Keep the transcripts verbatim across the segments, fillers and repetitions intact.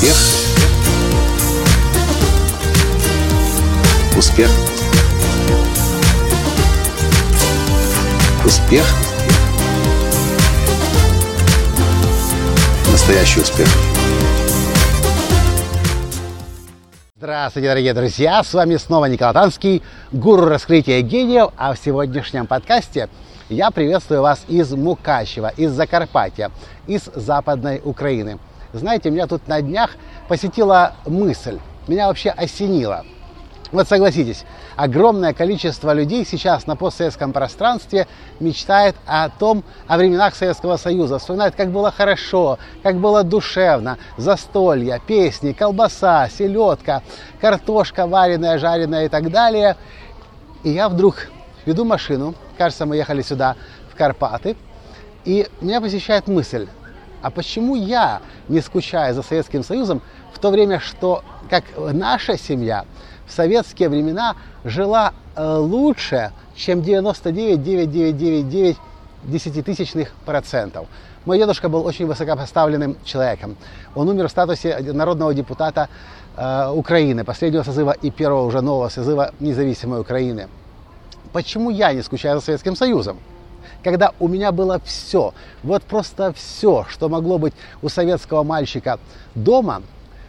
Успех. Успех. Успех. Настоящий успех. Здравствуйте, дорогие друзья! С вами снова Николай Танский, гуру раскрытия гениев. А в сегодняшнем подкасте я приветствую вас из Мукачева, из Закарпатья, из Западной Украины. Знаете, меня тут на днях посетила мысль, меня вообще осенило. Вот согласитесь, огромное количество людей сейчас на постсоветском пространстве мечтает о том, о временах Советского Союза, вспоминает, как было хорошо, как было душевно, застолья, песни, колбаса, селедка, картошка вареная, жареная и так далее. И я вдруг веду машину, кажется, мы ехали сюда, в Карпаты, и меня посещает мысль, а почему я не скучаю за Советским Союзом, в то время, что как наша семья в советские времена жила лучше, чем девяносто девять целых девятьсот девяносто девять десятитысячных процентов. Мой дедушка был очень высокопоставленным человеком. Он умер в статусе народного депутата э, Украины, последнего созыва и первого уже нового созыва независимой Украины. Почему я не скучаю за Советским Союзом? Когда у меня было все, вот просто все, что могло быть у советского мальчика дома,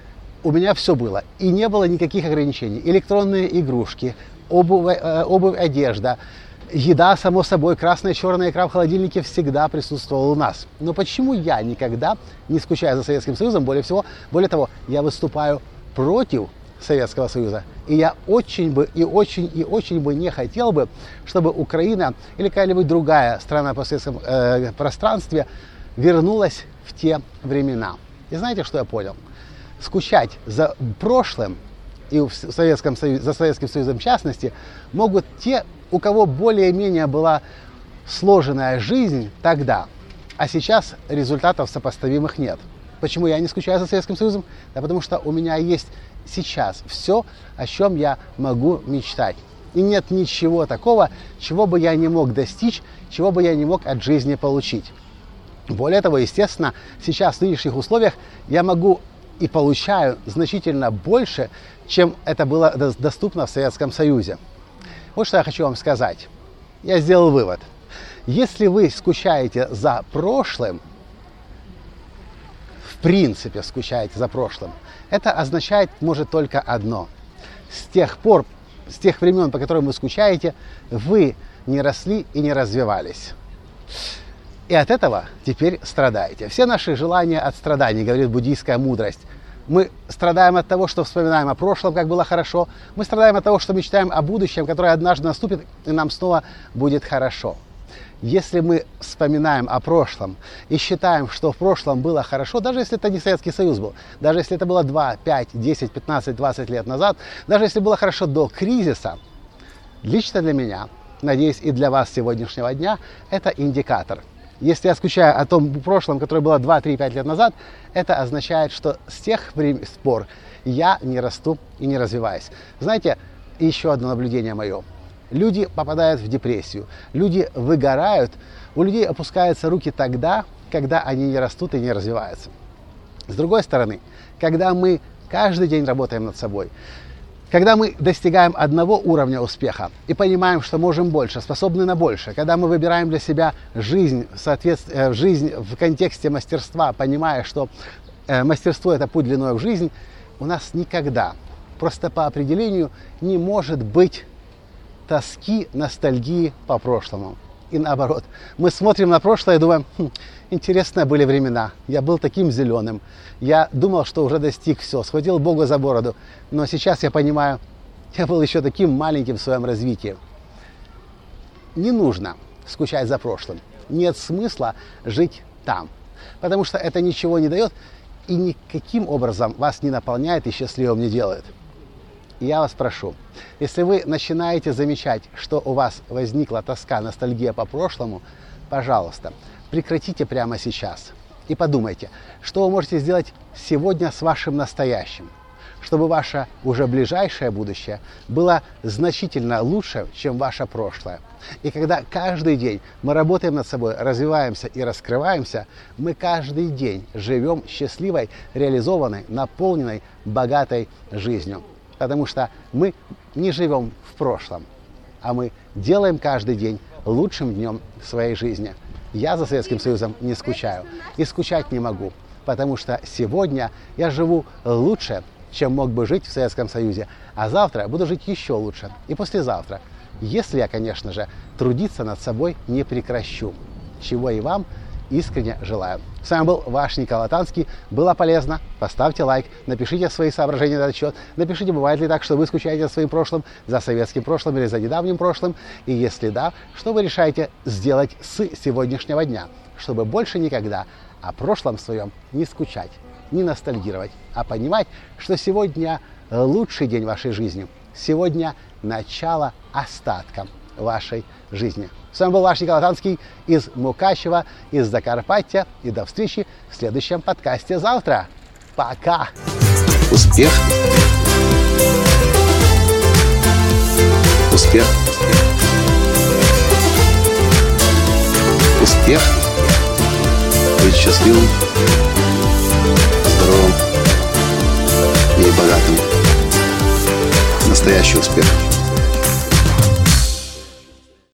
у меня все было. И не было никаких ограничений. Электронные игрушки, обувь, э, обувь, одежда, еда, само собой, красная, черная икра в холодильнике всегда присутствовала у нас. Но почему я никогда не скучаю за Советским Союзом? Более всего, более того, я выступаю против Советского Союза. И я очень бы, и очень, и очень бы не хотел бы, чтобы Украина или какая-нибудь другая страна на постсоветском э, пространстве вернулась в те времена. И знаете, что я понял? Скучать за прошлым и в Советском Союзе, за Советским Союзом в частности, могут те, у кого более-менее была сложенная жизнь тогда, а сейчас результатов сопоставимых нет. Почему я не скучаю за Советским Союзом? Да потому что у меня есть сейчас все, о чем я могу мечтать. И нет ничего такого, чего бы я не мог достичь, чего бы я не мог от жизни получить. Более того, естественно, сейчас в нынешних условиях я могу и получаю значительно больше, чем это было доступно в Советском Союзе. Вот что я хочу вам сказать. Я сделал вывод. Если вы скучаете за прошлым, в принципе скучаете за прошлым, это означает, может, только одно. С тех пор, с тех времен, по которым вы скучаете, вы не росли и не развивались. И от этого теперь страдаете. Все наши желания от страданий, говорит буддийская мудрость. Мы страдаем от того, что вспоминаем о прошлом, как было хорошо. Мы страдаем от того, что мечтаем о будущем, которое однажды наступит, и нам снова будет хорошо. Если мы вспоминаем о прошлом и считаем, что в прошлом было хорошо, даже если это не Советский Союз был, даже если это было два, пять, десять, пятнадцать, двадцать лет назад, даже если было хорошо до кризиса, лично для меня, надеюсь, и для вас сегодняшнего дня, это индикатор. Если я скучаю о том прошлом, которое было два, три, пять лет назад, это означает, что с тех пор я не расту и не развиваюсь. Знаете, еще одно наблюдение мое. Люди попадают в депрессию, люди выгорают, у людей опускаются руки тогда, когда они не растут и не развиваются. С другой стороны, когда мы каждый день работаем над собой, когда мы достигаем одного уровня успеха и понимаем, что можем больше, способны на больше, когда мы выбираем для себя жизнь, соответственно, жизнь в контексте мастерства, понимая, что э, мастерство – это путь длиной в жизнь, у нас никогда, просто по определению, не может быть тоски, ностальгии по прошлому. И наоборот, мы смотрим на прошлое и думаем, хм, интересные были времена, я был таким зеленым, я думал, что уже достиг все, схватил Бога за бороду, но сейчас я понимаю, я был еще таким маленьким в своем развитии. Не нужно скучать за прошлым, нет смысла жить там, потому что это ничего не дает и никаким образом вас не наполняет и счастливым не делает. Я вас прошу, если вы начинаете замечать, что у вас возникла тоска, ностальгия по прошлому, пожалуйста, прекратите прямо сейчас и подумайте, что вы можете сделать сегодня с вашим настоящим, чтобы ваше уже ближайшее будущее было значительно лучше, чем ваше прошлое. И когда каждый день мы работаем над собой, развиваемся и раскрываемся, мы каждый день живем счастливой, реализованной, наполненной, богатой жизнью. Потому что мы не живем в прошлом, а мы делаем каждый день лучшим днем своей жизни. Я за Советским Союзом не скучаю и скучать не могу, потому что сегодня я живу лучше, чем мог бы жить в Советском Союзе, а завтра буду жить еще лучше и послезавтра, если я, конечно же, трудиться над собой не прекращу, чего и вам искренне желаю. С вами был ваш Николай Латанский. Было полезно? Поставьте лайк, напишите свои соображения на этот счет, напишите, бывает ли так, что вы скучаете за своим прошлым, за советским прошлым или за недавним прошлым, и если да, что вы решаете сделать с сегодняшнего дня, чтобы больше никогда о прошлом своем не скучать, не ностальгировать, а понимать, что сегодня лучший день вашей жизни, сегодня начало остатка вашей жизни. С вами был ваш Николай Латанский из Мукачева, из Закарпаття. И до встречи в следующем подкасте завтра. Пока! Успех. Успех. Успех. Быть счастливым, здоровым и богатым. Настоящий успех.